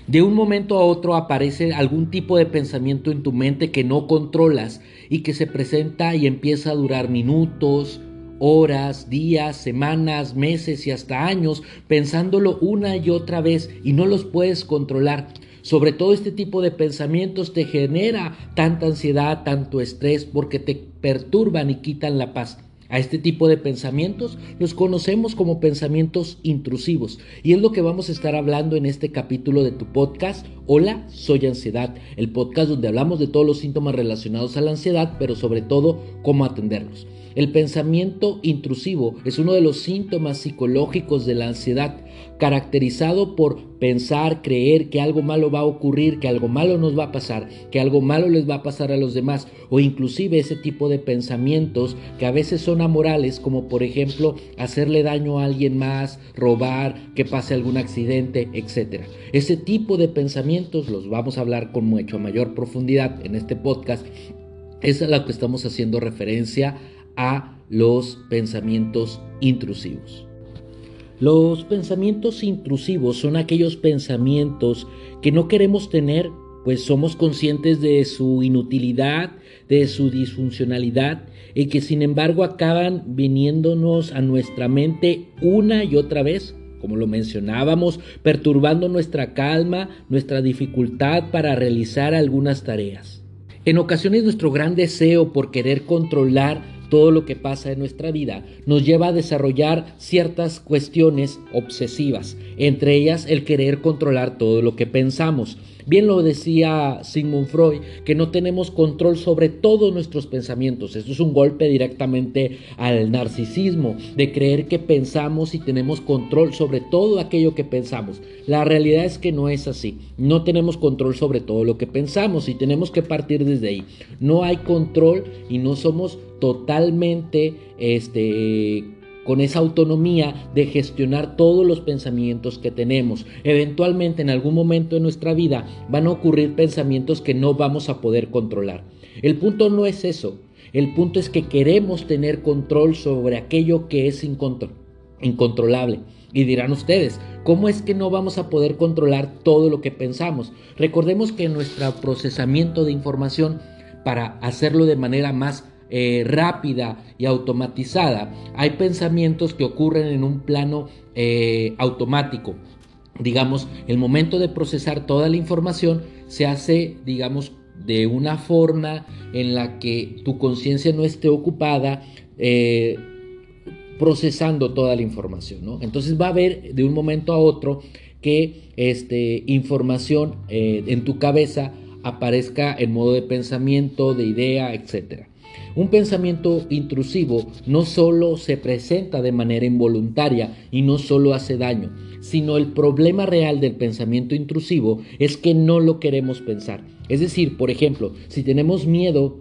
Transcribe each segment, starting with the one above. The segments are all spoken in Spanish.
De un momento a otro aparece algún tipo de pensamiento en tu mente que no controlas y que se presenta y empieza a durar minutos, horas, días, semanas, meses y hasta años pensándolo una y otra vez y no los puedes controlar. Sobre todo este tipo de pensamientos te genera tanta ansiedad, tanto estrés porque te perturban y quitan la paz. A este tipo de pensamientos los conocemos como pensamientos intrusivos y es lo que vamos a estar hablando en este capítulo de tu podcast. Hola, soy Ansiedad, el podcast donde hablamos de todos los síntomas relacionados a la ansiedad, pero sobre todo cómo atenderlos. El pensamiento intrusivo es uno de los síntomas psicológicos de la ansiedad, caracterizado por pensar, creer que algo malo va a ocurrir, que algo malo nos va a pasar, que algo malo les va a pasar a los demás, o inclusive ese tipo de pensamientos que a veces son amorales, como por ejemplo hacerle daño a alguien más, robar, que pase algún accidente, etc. Ese tipo de pensamientos los vamos a hablar con mucho mayor profundidad en este podcast. Es a lo que estamos haciendo referencia a los pensamientos intrusivos. Los pensamientos intrusivos son aquellos pensamientos que no queremos tener, pues somos conscientes de su inutilidad, de su disfuncionalidad y que sin embargo acaban viniéndonos a nuestra mente una y otra vez, como lo mencionábamos, perturbando nuestra calma, nuestra dificultad para realizar algunas tareas. En ocasiones nuestro gran deseo por querer controlar todo lo que pasa en nuestra vida nos lleva a desarrollar ciertas cuestiones obsesivas, entre ellas el querer controlar todo lo que pensamos. Bien lo decía Sigmund Freud, que no tenemos control sobre todos nuestros pensamientos. Esto es un golpe directamente al narcisismo, de creer que pensamos y tenemos control sobre todo aquello que pensamos. La realidad es que no es así. No tenemos control sobre todo lo que pensamos y tenemos que partir desde ahí. No hay control y no somos totalmente con esa autonomía de gestionar todos los pensamientos que tenemos. Eventualmente en algún momento de nuestra vida van a ocurrir pensamientos que no vamos a poder controlar. El punto no es eso, el punto es que queremos tener control sobre aquello que es incontrolable. Y dirán ustedes, ¿cómo es que no vamos a poder controlar todo lo que pensamos? Recordemos que nuestro procesamiento de información, para hacerlo de manera más rápida y automatizada, hay pensamientos que ocurren en un plano automático. Digamos, el momento de procesar toda la información se hace, digamos, de una forma en la que tu conciencia no esté ocupada procesando toda la información, ¿no? Entonces va a haber de un momento a otro que información en tu cabeza aparezca en modo de pensamiento, de idea, etc. Un pensamiento intrusivo no solo se presenta de manera involuntaria y no solo hace daño, sino el problema real del pensamiento intrusivo es que no lo queremos pensar. Es decir, por ejemplo, si tenemos miedo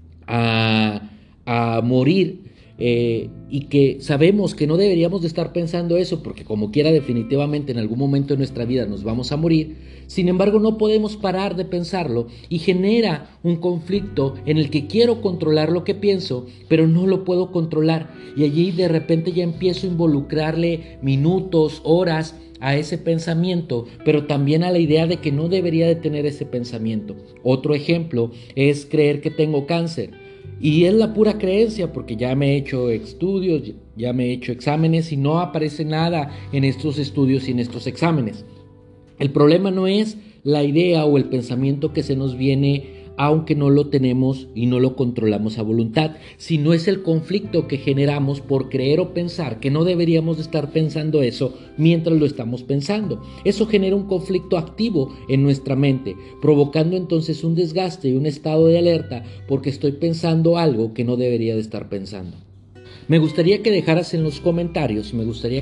a morir, y que sabemos que no deberíamos de estar pensando eso porque como quiera definitivamente en algún momento de nuestra vida nos vamos a morir, sin embargo no podemos parar de pensarlo y genera un conflicto en el que quiero controlar lo que pienso pero no lo puedo controlar y allí de repente ya empiezo a involucrarle minutos, horas a ese pensamiento, pero también a la idea de que no debería de tener ese pensamiento. Otro ejemplo es creer que tengo cáncer. Y es la pura creencia porque ya me he hecho estudios, ya me he hecho exámenes y no aparece nada en estos estudios y en estos exámenes. El problema no es la idea o el pensamiento que se nos viene aunque no lo tenemos y no lo controlamos a voluntad, sino es el conflicto que generamos por creer o pensar que no deberíamos de estar pensando eso mientras lo estamos pensando. Eso genera un conflicto activo en nuestra mente, provocando entonces un desgaste y un estado de alerta porque estoy pensando algo que no debería de estar pensando. Me gustaría que dejaras en los comentarios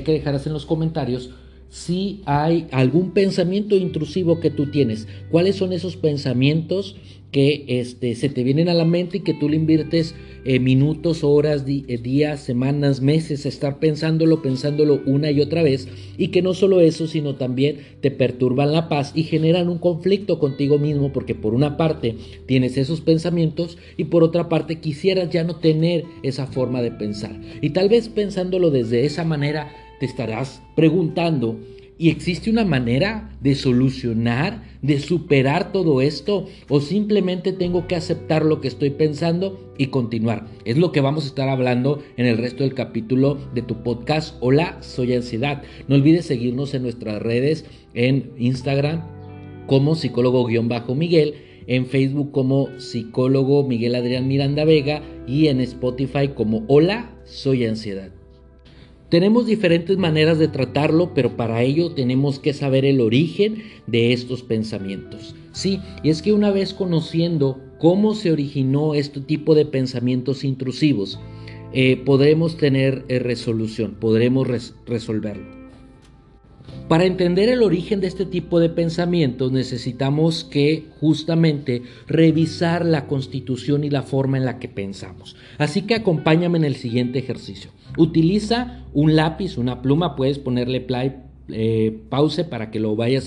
si hay algún pensamiento intrusivo que tú tienes. ¿Cuáles son esos pensamientos que se te vienen a la mente y que tú le inviertes minutos, horas, días, semanas, meses a estar pensándolo una y otra vez, y que no solo eso, sino también te perturban la paz y generan un conflicto contigo mismo porque por una parte tienes esos pensamientos y por otra parte quisieras ya no tener esa forma de pensar? Y tal vez pensándolo desde esa manera te estarás preguntando, ¿Y existe una manera de solucionar, de superar todo esto? ¿O simplemente tengo que aceptar lo que estoy pensando y continuar? Es lo que vamos a estar hablando en el resto del capítulo de tu podcast. Hola, soy Ansiedad. No olvides seguirnos en nuestras redes, en Instagram como psicólogo-Miguel, en Facebook como psicólogo Miguel Adrián Miranda Vega y en Spotify como Hola, soy Ansiedad. Tenemos diferentes maneras de tratarlo, pero para ello tenemos que saber el origen de estos pensamientos. Sí, y es que una vez conociendo cómo se originó este tipo de pensamientos intrusivos, podremos tener resolución, podremos resolverlo. Para entender el origen de este tipo de pensamientos necesitamos que justamente revisar la constitución y la forma en la que pensamos. Así que acompáñame en el siguiente ejercicio. Utiliza un lápiz, una pluma, puedes ponerle pause para que lo vayas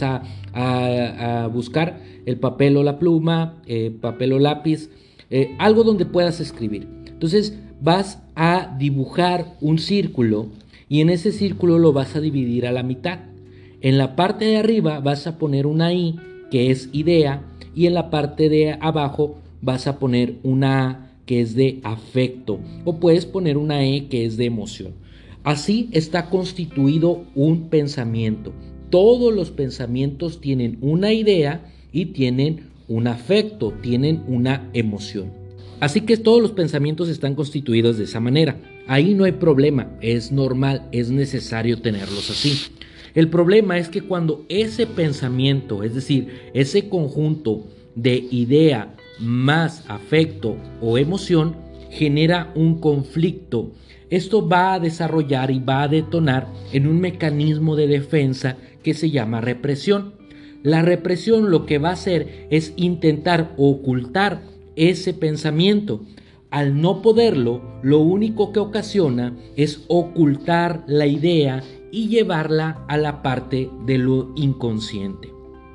a buscar, el papel o la pluma, papel o lápiz, algo donde puedas escribir. Entonces vas a dibujar un círculo y en ese círculo lo vas a dividir a la mitad. En la parte de arriba vas a poner una I, que es idea, y en la parte de abajo vas a poner una A, que es de afecto, o puedes poner una E, que es de emoción. Así está constituido un pensamiento. Todos los pensamientos tienen una idea y tienen un afecto, tienen una emoción. Así que todos los pensamientos están constituidos de esa manera. Ahí no hay problema, es normal, es necesario tenerlos así. El problema es que cuando ese pensamiento, es decir, ese conjunto de idea más afecto o emoción, genera un conflicto, esto va a desarrollar y va a detonar en un mecanismo de defensa que se llama represión. La represión lo que va a hacer es intentar ocultar ese pensamiento. Al no poderlo, lo único que ocasiona es ocultar la idea y llevarla a la parte de lo inconsciente.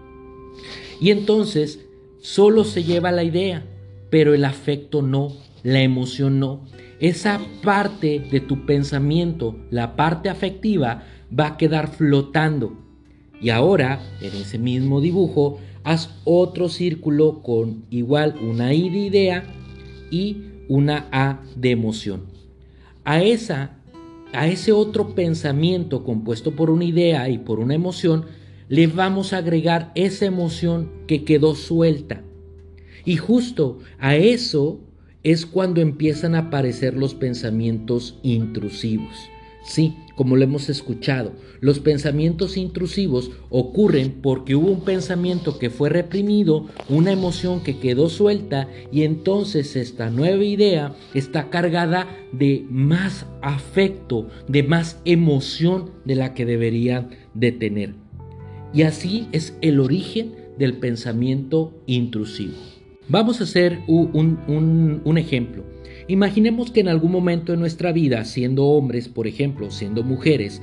Y entonces solo se lleva la idea, pero el afecto no, la emoción no. Esa parte de tu pensamiento, la parte afectiva, va a quedar flotando. Y ahora, en ese mismo dibujo, haz otro círculo con igual una I de idea y una A de emoción. A ese otro pensamiento compuesto por una idea y por una emoción, le vamos a agregar esa emoción que quedó suelta. Y justo a eso es cuando empiezan a aparecer los pensamientos intrusivos. Sí, como lo hemos escuchado, los pensamientos intrusivos ocurren porque hubo un pensamiento que fue reprimido, una emoción que quedó suelta y entonces esta nueva idea está cargada de más afecto, de más emoción de la que debería de tener. Y así es el origen del pensamiento intrusivo. Vamos a hacer un ejemplo. Imaginemos que en algún momento de nuestra vida, siendo hombres, por ejemplo, siendo mujeres,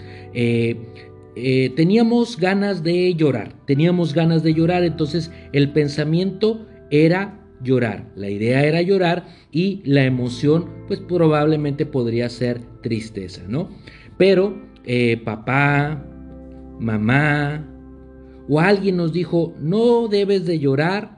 teníamos ganas de llorar, entonces el pensamiento era llorar, la idea era llorar y la emoción pues probablemente podría ser tristeza, ¿no? Pero papá, mamá o alguien nos dijo, no debes de llorar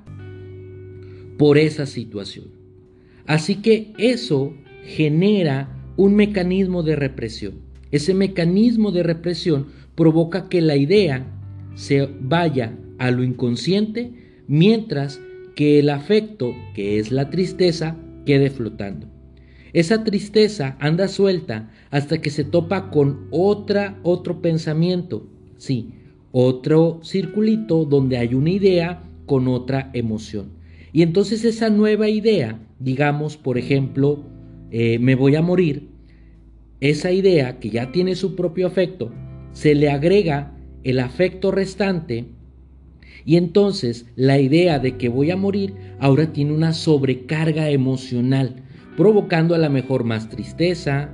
por esa situación. Así que eso genera un mecanismo de represión. Ese mecanismo de represión provoca que la idea se vaya a lo inconsciente, mientras que el afecto, que es la tristeza, quede flotando. Esa tristeza anda suelta hasta que se topa con otro pensamiento, sí, otro circulito donde hay una idea con otra emoción. Y entonces esa nueva idea, digamos, por ejemplo, me voy a morir, esa idea que ya tiene su propio afecto, se le agrega el afecto restante y entonces la idea de que voy a morir ahora tiene una sobrecarga emocional, provocando a lo mejor más tristeza,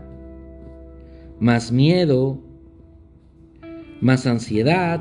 más miedo, más ansiedad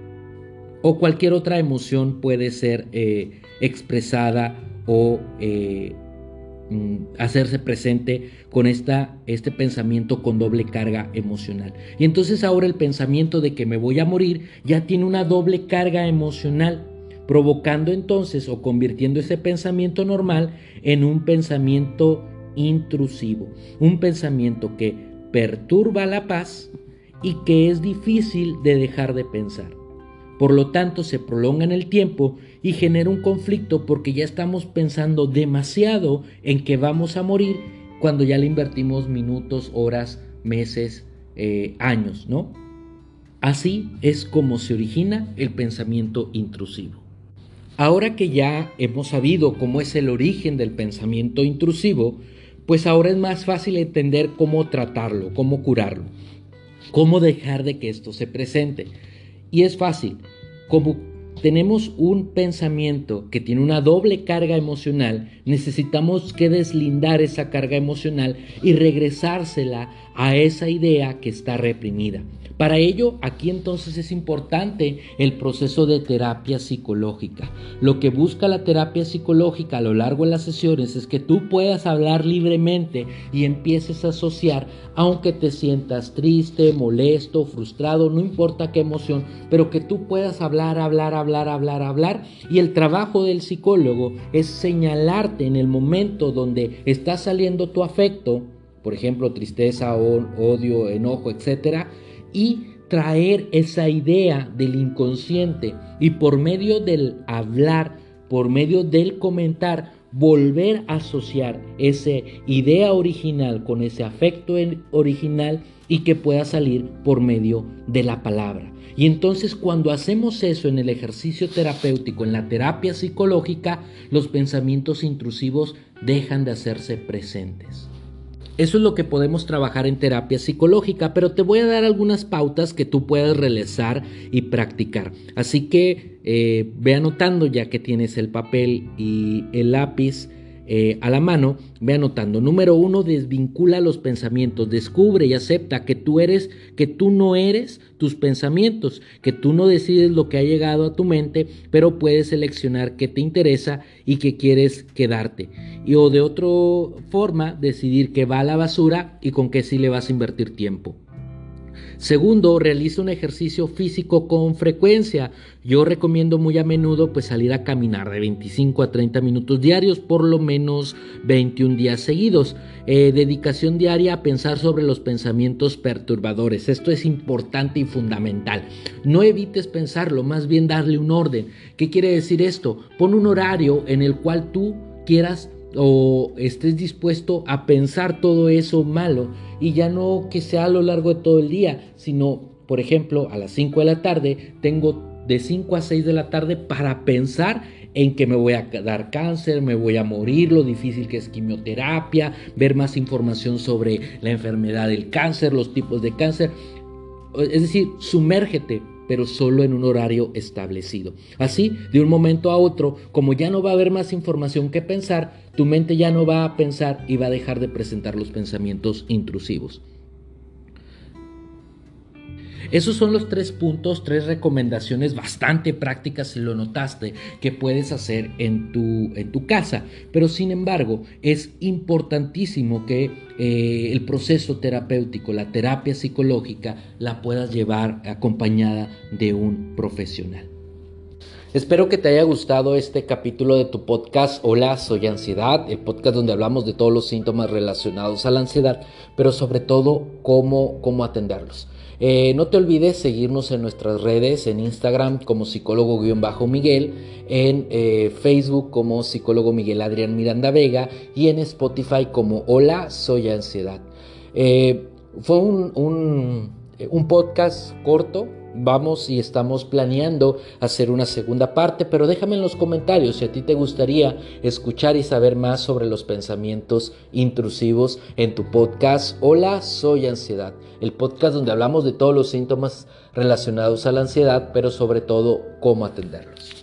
o cualquier otra emoción puede ser expresada o hacerse presente con este pensamiento con doble carga emocional. Y entonces ahora el pensamiento de que me voy a morir ya tiene una doble carga emocional, provocando entonces o convirtiendo ese pensamiento normal en un pensamiento intrusivo, un pensamiento que perturba la paz y que es difícil de dejar de pensar. Por lo tanto, se prolonga en el tiempo y genera un conflicto porque ya estamos pensando demasiado en que vamos a morir cuando ya le invertimos minutos, horas, meses, años, ¿no? Así es como se origina el pensamiento intrusivo. Ahora que ya hemos sabido cómo es el origen del pensamiento intrusivo, pues ahora es más fácil entender cómo tratarlo, cómo curarlo, cómo dejar de que esto se presente. Y es fácil, como tenemos un pensamiento que tiene una doble carga emocional, necesitamos que deslindar esa carga emocional y regresársela a esa idea que está reprimida. Para ello, aquí entonces es importante el proceso de terapia psicológica. Lo que busca la terapia psicológica a lo largo de las sesiones es que tú puedas hablar libremente y empieces a asociar, aunque te sientas triste, molesto, frustrado, no importa qué emoción, pero que tú puedas hablar, y el trabajo del psicólogo es señalarte en el momento donde está saliendo tu afecto, por ejemplo, tristeza, odio, enojo, etcétera, y traer esa idea del inconsciente y por medio del hablar, por medio del comentar, volver a asociar esa idea original con ese afecto original y que pueda salir por medio de la palabra. Y entonces cuando hacemos eso en el ejercicio terapéutico, en la terapia psicológica, los pensamientos intrusivos dejan de hacerse presentes. Eso es lo que podemos trabajar en terapia psicológica, pero te voy a dar algunas pautas que tú puedas realizar y practicar. Así que ve anotando, ya que tienes el papel y el lápiz a la mano, ve anotando. Número 1, desvincula los pensamientos. Descubre y acepta que tú no eres tus pensamientos, que tú no decides lo que ha llegado a tu mente, pero puedes seleccionar qué te interesa y qué quieres quedarte. O de otra forma, decidir qué va a la basura y con qué sí le vas a invertir tiempo. Segundo, realiza un ejercicio físico con frecuencia. Yo recomiendo muy a menudo pues salir a caminar de 25 a 30 minutos diarios, por lo menos 21 días seguidos. Dedicación diaria a pensar sobre los pensamientos perturbadores. Esto es importante y fundamental. No evites pensarlo, más bien darle un orden. ¿Qué quiere decir esto? Pon un horario en el cual tú quieras o estés dispuesto a pensar todo eso malo y ya no que sea a lo largo de todo el día, sino, por ejemplo, a las 5 de la tarde tengo de 5 a 6 de la tarde para pensar en que me voy a dar cáncer, me voy a morir, lo difícil que es quimioterapia, ver más información sobre la enfermedad del cáncer, los tipos de cáncer. Es decir, sumérgete, pero solo en un horario establecido. Así, de un momento a otro, como ya no va a haber más información que pensar, tu mente ya no va a pensar y va a dejar de presentar los pensamientos intrusivos. Esos son los 3 puntos, 3 recomendaciones bastante prácticas, si lo notaste, que puedes hacer en tu casa. Pero sin embargo, es importantísimo que el proceso terapéutico, la terapia psicológica, la puedas llevar acompañada de un profesional. Espero que te haya gustado este capítulo de tu podcast Hola, soy Ansiedad, el podcast donde hablamos de todos los síntomas relacionados a la ansiedad, pero sobre todo cómo atenderlos. No te olvides seguirnos en nuestras redes, en Instagram como psicólogo-miguel, en Facebook como psicólogo Miguel Adrián Miranda Vega y en Spotify como Hola, soy Ansiedad. Fue un podcast corto. Vamos y estamos planeando hacer una segunda parte, pero déjame en los comentarios si a ti te gustaría escuchar y saber más sobre los pensamientos intrusivos en tu podcast Hola, soy Ansiedad, el podcast donde hablamos de todos los síntomas relacionados a la ansiedad, pero sobre todo cómo atenderlos.